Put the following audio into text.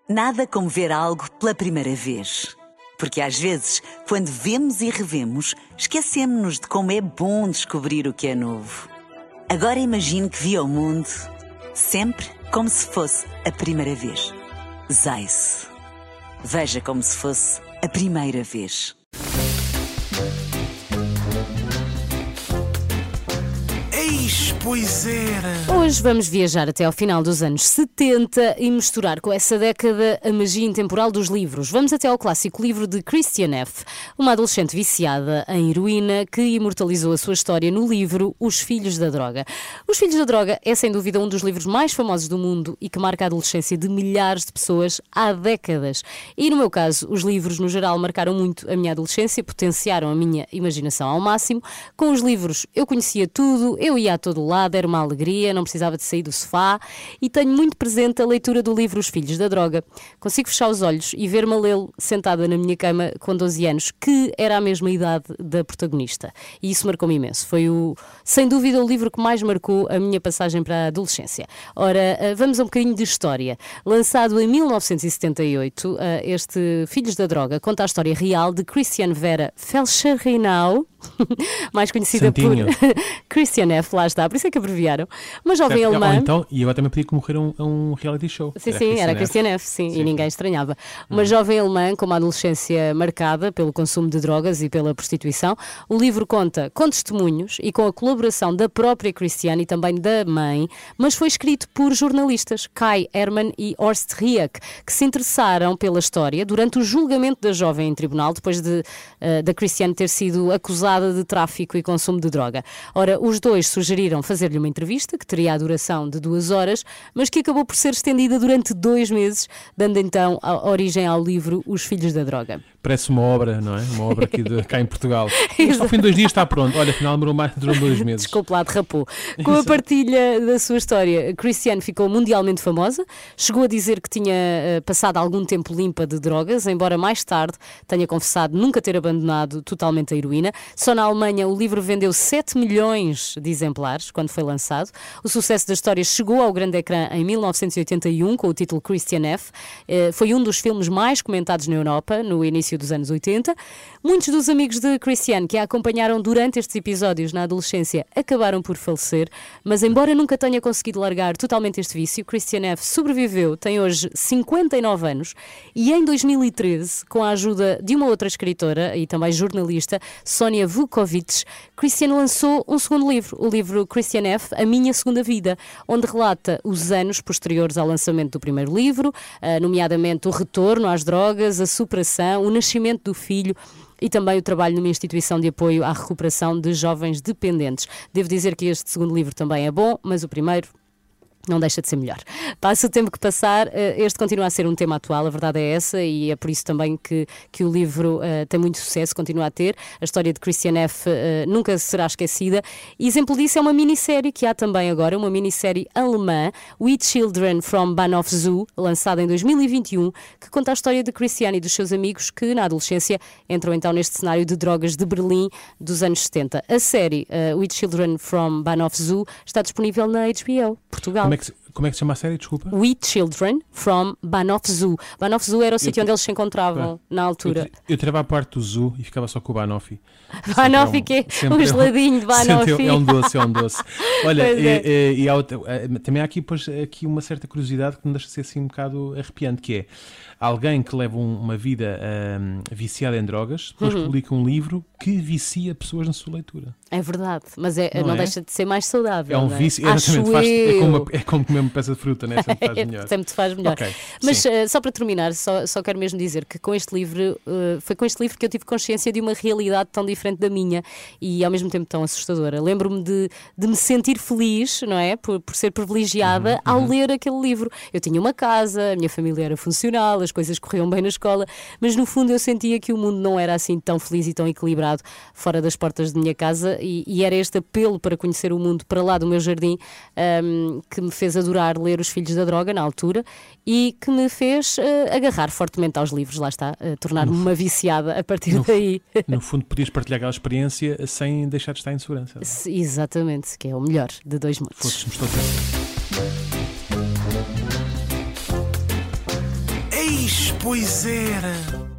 Nada como ver algo pela primeira vez. Porque às vezes, quando vemos e revemos, esquecemos-nos de como é bom descobrir o que é novo. Agora imagine que viu o mundo sempre como se fosse a primeira vez. Zais. Veja como se fosse a primeira vez. Pois era! Hoje vamos viajar até ao final dos anos 70 e misturar com essa década a magia intemporal dos livros. Vamos até ao clássico livro de Christiane F., uma adolescente viciada em heroína que imortalizou a sua história no livro Os Filhos da Droga. Os Filhos da Droga é sem dúvida um dos livros mais famosos do mundo e que marca a adolescência de milhares de pessoas há décadas. E no meu caso, os livros no geral marcaram muito a minha adolescência, potenciaram a minha imaginação ao máximo. Com os livros eu conhecia tudo, eu ia a todo lado, era uma alegria, não precisava de sair do sofá e tenho muito presente a leitura do livro Os Filhos da Droga. Consigo fechar os olhos e ver-me a lê-lo sentada na minha cama com 12 anos, que era a mesma idade da protagonista. E isso marcou-me imenso. Foi, sem dúvida, o livro que mais marcou a minha passagem para a adolescência. Ora, vamos a um bocadinho de história. Lançado em 1978, este Filhos da Droga conta a história real de Christiane Vera Felcherinau, mais conhecida Santinho. por Christiane F., lá está, por isso é que abreviaram. Uma jovem alemã. Então, e agora também podia concorrer a um reality show. Sim, era Christiane F., sim, e ninguém estranhava. Uma jovem alemã com uma adolescência marcada pelo consumo de drogas e pela prostituição. O livro conta com testemunhos e com a colaboração da própria Christiane e também da mãe, mas foi escrito por jornalistas Kai Hermann e Horst Rieck, que se interessaram pela história durante o julgamento da jovem em tribunal, depois da Christiane ter sido acusada de tráfico e consumo de droga. Ora, os dois sugeriram fazer-lhe uma entrevista, que teria a duração de 2 horas, mas que acabou por ser estendida durante 2 meses, dando então a origem ao livro Os Filhos da Droga. Parece uma obra, não é? Uma obra aqui cá em Portugal. Isto ao fim de 2 dias está pronto. Olha, afinal durou 2 meses. Desculpe lá, derrapou. Com a partilha da sua história, Christiane ficou mundialmente famosa, chegou a dizer que tinha passado algum tempo limpa de drogas, embora mais tarde tenha confessado nunca ter abandonado totalmente a heroína. Só na Alemanha o livro vendeu 7 milhões de exemplares quando foi lançado. O sucesso da história chegou ao grande ecrã em 1981 com o título Christiane F. Foi um dos filmes mais comentados na Europa no início dos anos 80. Muitos dos amigos de Christiane que a acompanharam durante estes episódios na adolescência acabaram por falecer, mas embora nunca tenha conseguido largar totalmente este vício, Christiane F. sobreviveu, tem hoje 59 anos e em 2013, com a ajuda de uma outra escritora e também jornalista, Sonia Vukovic, Christiane lançou um segundo livro, o livro Christiane F., A Minha Segunda Vida, onde relata os anos posteriores ao lançamento do primeiro livro, nomeadamente o retorno às drogas, a superação, o nascimento do filho e também o trabalho numa instituição de apoio à recuperação de jovens dependentes. Devo dizer que este segundo livro também é bom, mas o primeiro não deixa de ser melhor. Passa o tempo que passar, este continua a ser um tema atual, a verdade é essa, e é por isso também que o livro tem muito sucesso, continua a ter. A história de Christiane F. Nunca será esquecida. E exemplo disso é uma minissérie que há também agora, uma minissérie alemã, We Children from Bahnhof Zoo, lançada em 2021, que conta a história de Christiane e dos seus amigos que, na adolescência, entram então neste cenário de drogas de Berlim dos anos 70. A série We Children from Bahnhof Zoo está disponível na HBO, Portugal. Como é que se chama a série? Desculpa. We Children from Bahnhof Zoo. Bahnhof Zoo era o sítio onde eles se encontravam na altura. Eu tirava a parte do zoo e ficava só com o Banoffee. Banoffee, que é um geladinho de Banoffee. É um doce. Olha, também há aqui uma certa curiosidade que me deixa ser assim um bocado arrepiante, que é alguém que leva uma vida viciada em drogas, depois publica um livro que vicia pessoas na sua leitura. É verdade, mas não deixa de ser mais saudável. É um vício, é como comer uma peça de fruta, né? Sempre faz melhor. Sempre te faz melhor. Okay, mas só para terminar, só quero mesmo dizer que com este livro, foi com este livro que eu tive consciência de uma realidade tão diferente da minha e ao mesmo tempo tão assustadora. Lembro-me de me sentir feliz, não é? Por ser privilegiada ao ler aquele livro. Eu tinha uma casa, a minha família era funcional, as coisas corriam bem na escola, mas no fundo eu sentia que o mundo não era assim tão feliz e tão equilibrado fora das portas de minha casa e era este apelo para conhecer o mundo para lá do meu jardim que me fez adorar ler Os Filhos da Droga na altura e que me fez agarrar fortemente aos livros, lá está, tornar-me uma viciada a partir daí. No fundo podias partilhar aquela experiência sem deixar de estar em segurança. Exatamente, que é o melhor de dois mundos. Fosses-me estou a Eis, pois era.